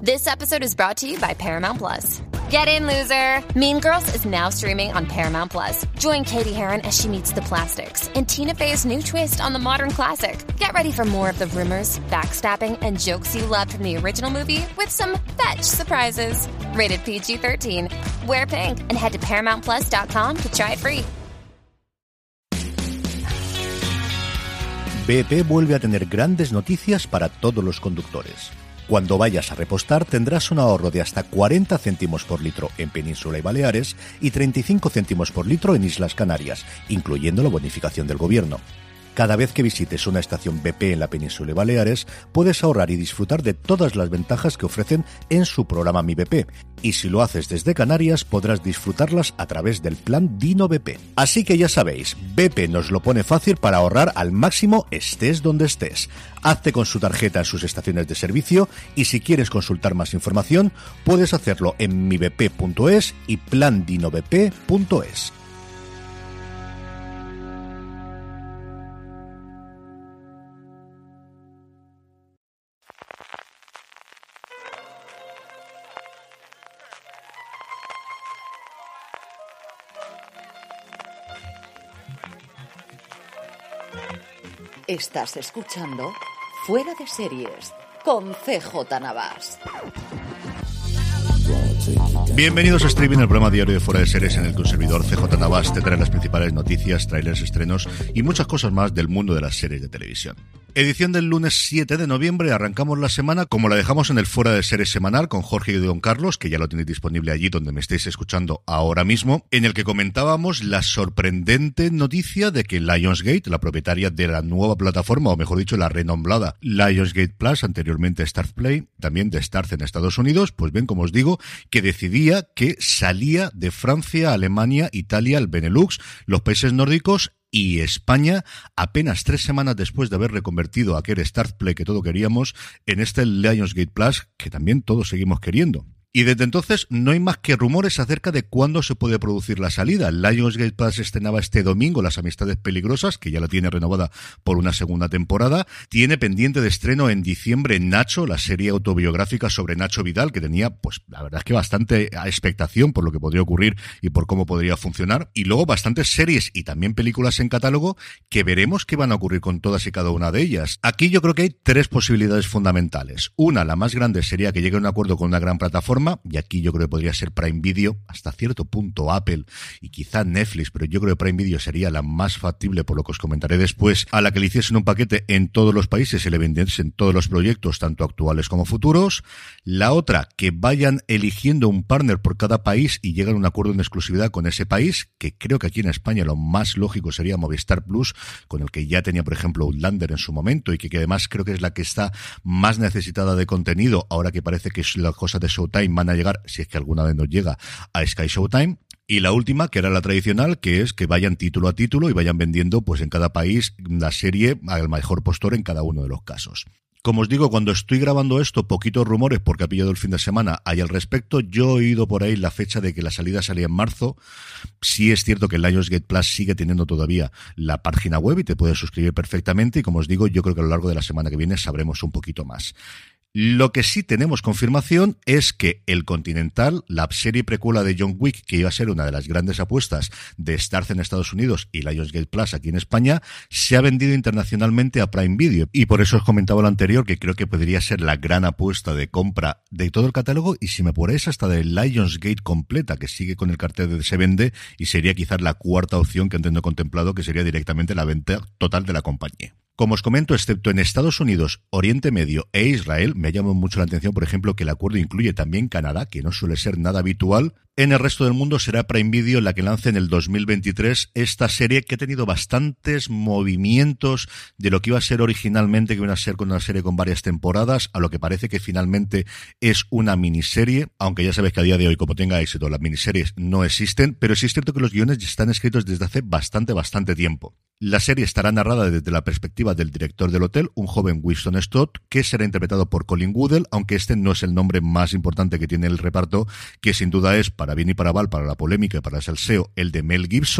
This episode is brought to you by Paramount Plus. Get in, loser! Mean Girls is now streaming on Paramount Plus. Join Katie Heron as she meets the plastics in Tina Fey's new twist on the modern classic. Get ready for more of the rumors, backstabbing, and jokes you loved from the original movie with some fetch surprises. Rated PG-13. Wear pink and head to ParamountPlus.com to try it free. BP vuelve a tener grandes noticias para todos los conductores. Cuando vayas a repostar tendrás un ahorro de hasta 40 céntimos por litro en Península y Baleares y 35 céntimos por litro en Islas Canarias, incluyendo la bonificación del gobierno. Cada vez que visites una estación BP en la Península y Baleares, puedes ahorrar y disfrutar de todas las ventajas que ofrecen en su programa Mi BP. Y si lo haces desde Canarias, podrás disfrutarlas a través del plan Dino BP. Así que ya sabéis, BP nos lo pone fácil para ahorrar al máximo estés donde estés. Hazte con su tarjeta en sus estaciones de servicio y si quieres consultar más información, puedes hacerlo en mibp.es y plandinobp.es. Estás escuchando Fuera de Series con CJ Navas. Bienvenidos a Streaming, el programa diario de Fuera de Series en el que un servidor CJ Navas te trae las principales noticias, trailers, estrenos y muchas cosas más del mundo de las series de televisión. Edición del lunes 7 de noviembre, arrancamos la semana como la dejamos en el Fuera de Series semanal con Jorge y Don Carlos, que ya lo tenéis disponible allí donde me estáis escuchando ahora mismo, en el que comentábamos la sorprendente noticia de que Lionsgate, la propietaria de la nueva plataforma, o mejor dicho, la renombrada Lionsgate Plus, anteriormente Starzplay, también de Starz en Estados Unidos, pues bien, como os digo, que decidía que salía de Francia, Alemania, Italia, el Benelux, los países nórdicos y España, apenas 3 semanas después de haber reconvertido a aquel Starzplay que todo queríamos en este Lionsgate Plus que también todos seguimos queriendo. Y desde entonces no hay más que rumores acerca de cuándo se puede producir la salida. Lionsgate Plus estrenaba este domingo Las Amistades Peligrosas, que ya la tiene renovada por una segunda temporada. Tiene pendiente de estreno en diciembre Nacho, la serie autobiográfica sobre Nacho Vidal, que tenía, pues la verdad es que bastante expectación por lo que podría ocurrir y por cómo podría funcionar. Y luego bastantes series y también películas en catálogo que veremos qué van a ocurrir con todas y cada una de ellas. Aquí yo creo que hay 3 posibilidades fundamentales. Una, la más grande, sería que llegue a un acuerdo con una gran plataforma, y aquí yo creo que podría ser Prime Video, hasta cierto punto Apple y quizá Netflix, pero yo creo que Prime Video sería la más factible, por lo que os comentaré después, a la que le hiciesen un paquete en todos los países y le vendiesen todos los proyectos, tanto actuales como futuros. La otra, que vayan eligiendo un partner por cada país y lleguen a un acuerdo en exclusividad con ese país, que creo que aquí en España lo más lógico sería Movistar Plus, con el que ya tenía, por ejemplo, Outlander en su momento y que además creo que es la que está más necesitada de contenido, ahora que parece que las cosas de Showtime van a llegar, si es que alguna vez nos llega, a Sky Showtime. Y la última, que era la tradicional, que es que vayan título a título y vayan vendiendo pues en cada país la serie al mejor postor en cada uno de los casos. Como os digo, cuando estoy grabando esto, poquitos rumores, porque ha pillado el fin de semana, hay al respecto. Yo he oído por ahí la fecha de que la salida salía en marzo. Sí es cierto que el Lionsgate Plus sigue teniendo todavía la página web y te puedes suscribir perfectamente. Y como os digo, yo creo que a lo largo de la semana que viene sabremos un poquito más. Lo que sí tenemos confirmación es que El Continental, la serie precuela de John Wick, que iba a ser una de las grandes apuestas de Starz en Estados Unidos y Lionsgate Plus aquí en España, se ha vendido internacionalmente a Prime Video. Y por eso os comentaba lo anterior, que creo que podría ser la gran apuesta de compra de todo el catálogo y, si me apuráis, hasta de Lionsgate completa, que sigue con el cartel de Se Vende, y sería quizás la cuarta opción que antes no he contemplado, que sería directamente la venta total de la compañía. Como os comento, excepto en Estados Unidos, Oriente Medio e Israel, me llama mucho la atención, por ejemplo, que el acuerdo incluye también Canadá, que no suele ser nada habitual. En el resto del mundo será Prime Video la que lance en el 2023 esta serie, que ha tenido bastantes movimientos de lo que iba a ser originalmente, que iba a ser con una serie con varias temporadas, a lo que parece que finalmente es una miniserie, aunque ya sabéis que a día de hoy, como tenga éxito, las miniseries no existen, pero sí es cierto que los guiones ya están escritos desde hace bastante tiempo. La serie estará narrada desde la perspectiva del director del hotel, un joven Winston Stott, que será interpretado por Colin Woodell, aunque este no es el nombre más importante que tiene el reparto, que sin duda es, para bien y para mal, para la polémica y para el salseo, el de Mel Gibson.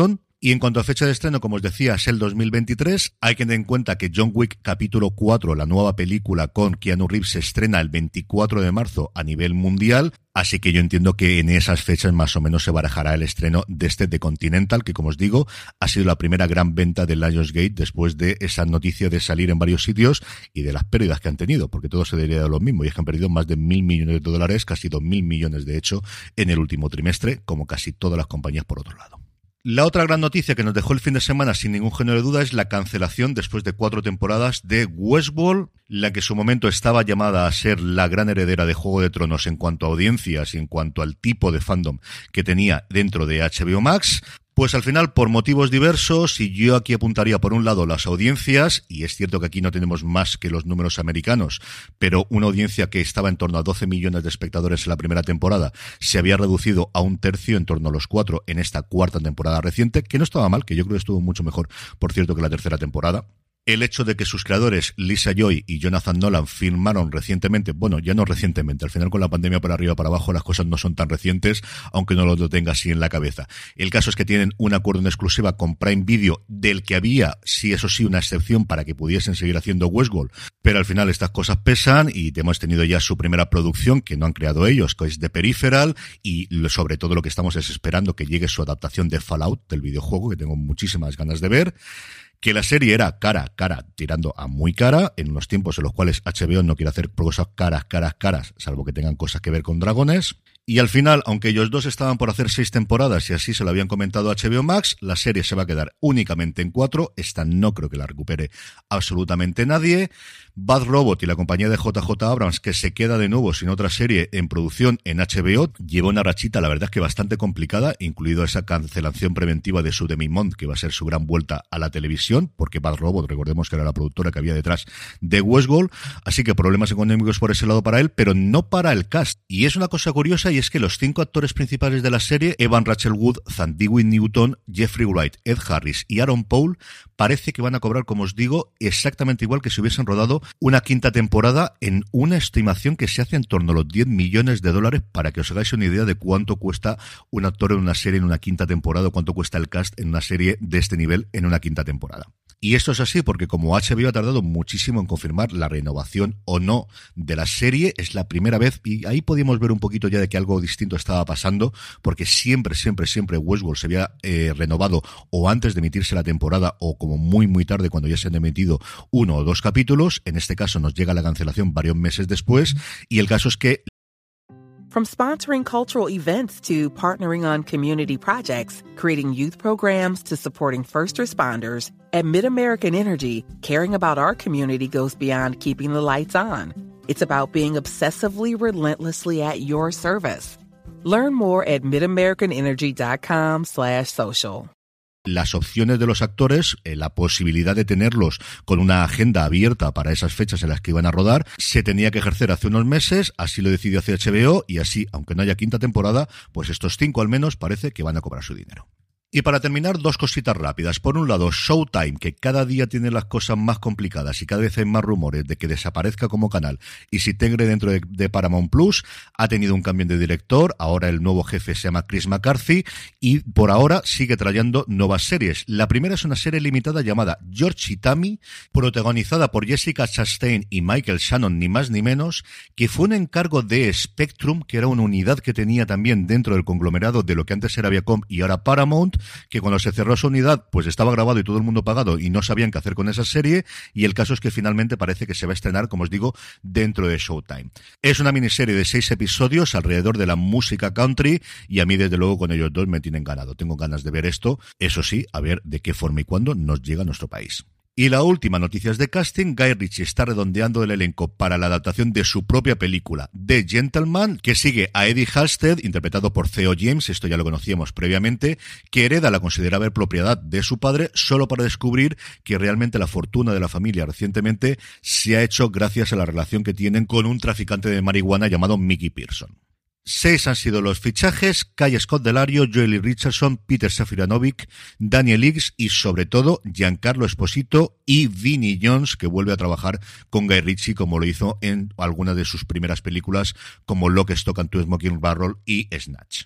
Y en cuanto a fecha de estreno, como os decía, es el 2023. Hay que tener en cuenta que John Wick capítulo 4, la nueva película con Keanu Reeves, se estrena el 24 de marzo a nivel mundial. Así que yo entiendo que en esas fechas más o menos se barajará el estreno de The Continental, que como os digo, ha sido la primera gran venta de Lionsgate después de esa noticia de salir en varios sitios y de las pérdidas que han tenido, porque todo se debería de lo mismo, y es que han perdido más de 1.000 millones de dólares, casi 2.000 millones de hecho, en el último trimestre, como casi todas las compañías por otro lado. La otra gran noticia que nos dejó el fin de semana sin ningún género de duda es la cancelación después de 4 temporadas de Westworld, la que en su momento estaba llamada a ser la gran heredera de Juego de Tronos en cuanto a audiencias y en cuanto al tipo de fandom que tenía dentro de HBO Max. Pues al final, por motivos diversos, y yo aquí apuntaría por un lado las audiencias, y es cierto que aquí no tenemos más que los números americanos, pero una audiencia que estaba en torno a 12 millones de espectadores en la primera temporada se había reducido a 1/3, en torno a los 4 en esta 4ª temporada reciente, que no estaba mal, que yo creo que estuvo mucho mejor, por cierto, que la 3ª temporada. El hecho de que sus creadores, Lisa Joy y Jonathan Nolan, firmaron recientemente, bueno, ya no recientemente, al final con la pandemia para arriba para abajo las cosas no son tan recientes, aunque no lo tenga así en la cabeza. El caso es que tienen un acuerdo en exclusiva con Prime Video, del que había, sí, eso sí, una excepción para que pudiesen seguir haciendo Westworld, pero al final estas cosas pesan y hemos tenido ya su primera producción, que no han creado ellos, que es The Peripheral, y sobre todo lo que estamos es esperando que llegue su adaptación de Fallout, del videojuego, que tengo muchísimas ganas de ver. Que la serie era cara, tirando a muy cara, en unos tiempos en los cuales HBO no quiere hacer cosas caras, salvo que tengan cosas que ver con dragones. Y al final, aunque ellos dos estaban por hacer 6 temporadas y así se lo habían comentado a HBO Max, la serie se va a quedar únicamente en 4. Esta no creo que la recupere absolutamente nadie. Bad Robot y la compañía de JJ Abrams, que se queda de nuevo sin otra serie en producción en HBO, lleva una rachita, la verdad es que bastante complicada, incluido esa cancelación preventiva de su Demi-Monde, que va a ser su gran vuelta a la televisión, porque Bad Robot, recordemos que era la productora que había detrás de Westworld, así que problemas económicos por ese lado para él, pero no para el cast. Y es una cosa curiosa, y es que los 5 actores principales de la serie, Evan Rachel Wood, Thandie Newton, Jeffrey Wright, Ed Harris y Aaron Paul, parece que van a cobrar, como os digo, exactamente igual que si hubiesen rodado una 5ª temporada, en una estimación que se hace en torno a los 10 millones de dólares, para que os hagáis una idea de cuánto cuesta un actor en una serie en una 5ª temporada, o cuánto cuesta el cast en una serie de este nivel en una 5ª temporada. Y esto es así porque como HBO ha tardado muchísimo en confirmar la renovación o no de la serie, es la primera vez, y ahí podíamos ver un poquito ya de que algo distinto estaba pasando, porque siempre Westworld se había renovado o antes de emitirse la temporada o como muy tarde cuando ya se han emitido 1 o 2 capítulos. En este caso nos llega la cancelación varios meses después, y el caso es que From sponsoring cultural events to partnering on community projects, creating youth programs to supporting first responders, at MidAmerican Energy, caring about our community goes beyond keeping the lights on. It's about being obsessively relentlessly at your service. Learn more at midamericanenergy.com/social. Las opciones de los actores, la posibilidad de tenerlos con una agenda abierta para esas fechas en las que iban a rodar, se tenía que ejercer hace unos meses, así lo decidió hacer HBO, y así, aunque no haya 5ª temporada, pues estos 5 al menos parece que van a cobrar su dinero. Y para terminar, 2 cositas rápidas. Por un lado, Showtime, que cada día tiene las cosas más complicadas y cada vez hay más rumores de que desaparezca como canal y se integre dentro de Paramount Plus, ha tenido un cambio de director. Ahora el nuevo jefe se llama Chris McCarthy y por ahora sigue trayendo nuevas series. La primera es una serie limitada llamada George y Tammy, protagonizada por Jessica Chastain y Michael Shannon, ni más ni menos, que fue un encargo de Spectrum, que era una unidad que tenía también dentro del conglomerado de lo que antes era Viacom y ahora Paramount, que cuando se cerró esa unidad pues estaba grabado y todo el mundo pagado y no sabían qué hacer con esa serie, y el caso es que finalmente parece que se va a estrenar, como os digo, dentro de Showtime. Es una miniserie de 6 episodios alrededor de la música country, y a mí desde luego con ellos dos me tienen ganado. Tengo ganas de ver esto, eso sí, a ver de qué forma y cuándo nos llega a nuestro país. Y la última noticia es de casting. Guy Ritchie está redondeando el elenco para la adaptación de su propia película The Gentleman, que sigue a Eddie Halstead, interpretado por Theo James, esto ya lo conocíamos previamente, que hereda la considerable propiedad de su padre solo para descubrir que realmente la fortuna de la familia recientemente se ha hecho gracias a la relación que tienen con un traficante de marihuana llamado Mickey Pearson. 6 han sido los fichajes: Kay Scott Delario, Joely Richardson, Peter Safranovich, Daniel Higgs y sobre todo Giancarlo Esposito y Vinnie Jones, que vuelve a trabajar con Guy Ritchie como lo hizo en algunas de sus primeras películas como Lock, Stock and Two Smoking Barrel y Snatch.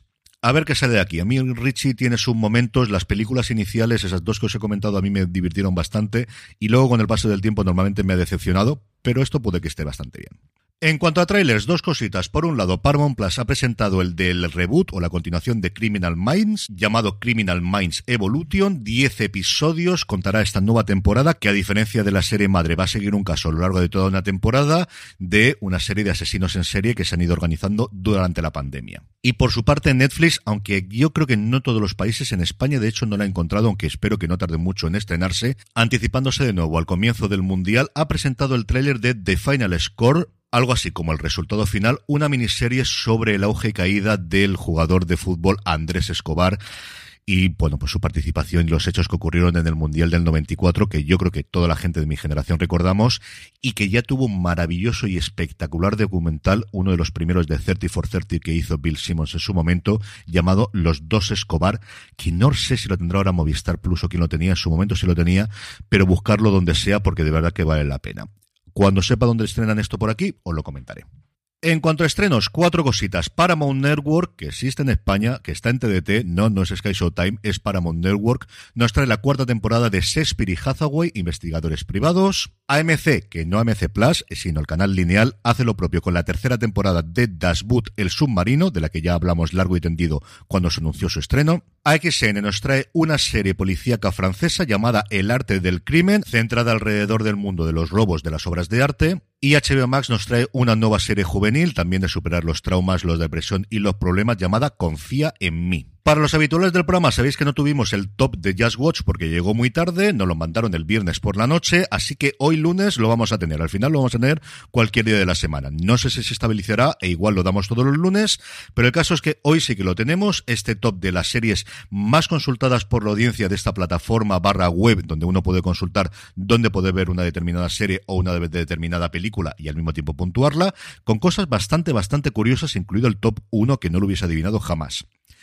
A ver qué sale de aquí. A mí Richie tiene sus momentos, las películas iniciales, esas dos que os he comentado, a mí me divirtieron bastante, y luego con el paso del tiempo normalmente me ha decepcionado, pero esto puede que esté bastante bien. En cuanto a trailers, dos cositas. Por un lado, Paramount Plus ha presentado el del reboot o la continuación de Criminal Minds, llamado Criminal Minds Evolution. 10 episodios contará esta nueva temporada, que a diferencia de la serie madre va a seguir un caso a lo largo de toda una temporada de una serie de asesinos en serie que se han ido organizando durante la pandemia. Y por su parte Netflix, aunque yo creo que no todos los países, en España de hecho no la he encontrado, aunque espero que no tarde mucho en estrenarse, anticipándose de nuevo al comienzo del Mundial, ha presentado el tráiler de The Final Score, algo así como el resultado final, una miniserie sobre el auge y caída del jugador de fútbol Andrés Escobar y, bueno, pues su participación y los hechos que ocurrieron en el Mundial del 94, que yo creo que toda la gente de mi generación recordamos, y que ya tuvo un maravilloso y espectacular documental, uno de los primeros de 30 for 30 que hizo Bill Simmons en su momento, llamado Los Dos Escobar, que no sé si lo tendrá ahora Movistar Plus o quien lo tenía, en su momento sí lo tenía, pero buscarlo donde sea porque de verdad que vale la pena. Cuando sepa dónde estrenan esto por aquí, os lo comentaré. En cuanto a estrenos, 4 cositas. Paramount Network, que existe en España, que está en TDT, no es Sky Showtime, es Paramount Network, nos trae la 4ª temporada de Shakespeare y Hathaway, investigadores privados. AMC, que no AMC Plus, sino el canal lineal, hace lo propio con la 3ª temporada de Das Boot, el submarino, de la que ya hablamos largo y tendido cuando se anunció su estreno. AXN nos trae una serie policíaca francesa llamada El arte del crimen, centrada alrededor del mundo de los robos de las obras de arte. Y HBO Max nos trae una nueva serie juvenil, también de superar los traumas, la depresión y los problemas, llamada Confía en mí. Para los habituales del programa, sabéis que no tuvimos el top de Just Watch porque llegó muy tarde, nos lo mandaron el viernes por la noche, así que hoy lunes lo vamos a tener. Al final lo vamos a tener cualquier día de la semana. No sé si se estabilizará e igual lo damos todos los lunes, pero el caso es que hoy sí que lo tenemos, este top de las series más consultadas por la audiencia de esta plataforma /web, donde uno puede consultar dónde puede ver una determinada serie o una determinada película y al mismo tiempo puntuarla, con cosas bastante curiosas, incluido el top 1 que no lo hubiese adivinado jamás.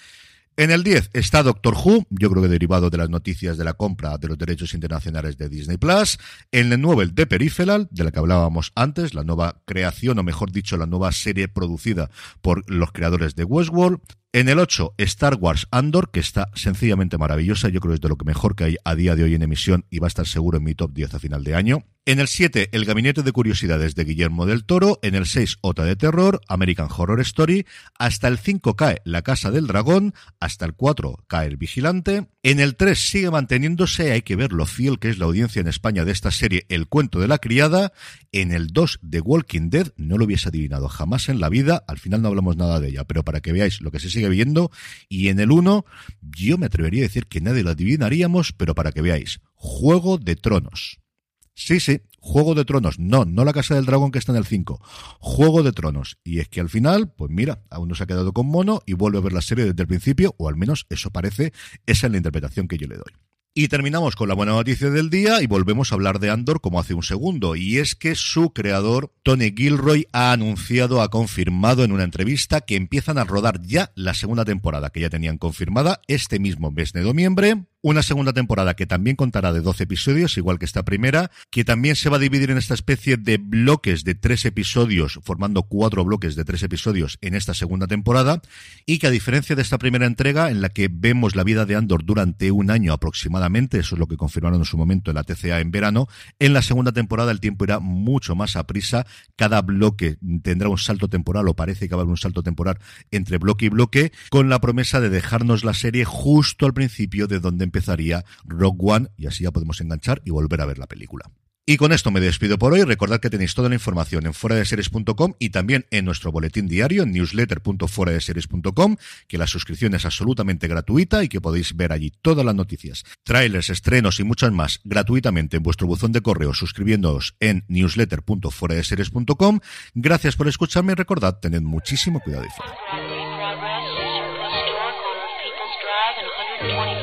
En el 10 está Doctor Who, yo creo que derivado de las noticias de la compra de los derechos internacionales de Disney Plus. En el 9 el The Peripheral, de la que hablábamos antes, la nueva creación, o mejor dicho, la nueva serie producida por los creadores de Westworld. En el 8, Star Wars Andor, que está sencillamente maravillosa, yo creo que es de lo que mejor que hay a día de hoy en emisión y va a estar seguro en mi top 10 a final de año. En el 7, El Gabinete de Curiosidades de Guillermo del Toro. En el 6, Otra de Terror, American Horror Story. Hasta el 5 cae La Casa del Dragón. Hasta el 4 cae El Vigilante. En el 3 sigue manteniéndose, hay que ver lo fiel que es la audiencia en España de esta serie, El Cuento de la Criada. En el 2, The Walking Dead, no lo hubiese adivinado jamás en la vida, al final no hablamos nada de ella, pero para que veáis lo que se sigue viendo. Y en el 1, yo me atrevería a decir que nadie lo adivinaríamos, pero para que veáis, Juego de Tronos. Sí, Juego de Tronos, no La Casa del Dragón que está en el 5, Juego de Tronos. Y es que al final, pues mira, aún no se ha quedado con mono y vuelve a ver la serie desde el principio, o al menos eso parece, esa es la interpretación que yo le doy. Y terminamos con la buena noticia del día y volvemos a hablar de Andor como hace un segundo, y es que su creador, Tony Gilroy, ha confirmado en una entrevista que empiezan a rodar ya la 2ª temporada, que ya tenían confirmada este mismo mes de noviembre. Una 2ª temporada que también contará de 12 episodios, igual que esta primera, que también se va a dividir en esta especie de bloques de 3 episodios, formando 4 bloques de 3 episodios en esta 2ª temporada, y que a diferencia de esta primera entrega, en la que vemos la vida de Andor durante un año aproximadamente, eso es lo que confirmaron en su momento en la TCA en verano, en la 2ª temporada el tiempo irá mucho más a prisa, cada bloque tendrá un salto temporal, o parece que va a haber un salto temporal entre bloque y bloque, con la promesa de dejarnos la serie justo al principio de donde empezaría Rogue One, y así ya podemos enganchar y volver a ver la película. Y con esto me despido por hoy. Recordad que tenéis toda la información en fueradeseries.com y también en nuestro boletín diario en newsletter.fueradeseries.com, que la suscripción es absolutamente gratuita y que podéis ver allí todas las noticias, trailers, estrenos y muchas más gratuitamente en vuestro buzón de correo suscribiéndoos en newsletter.fueradeseries.com. Gracias por escucharme y recordad, tened muchísimo cuidado y fuera.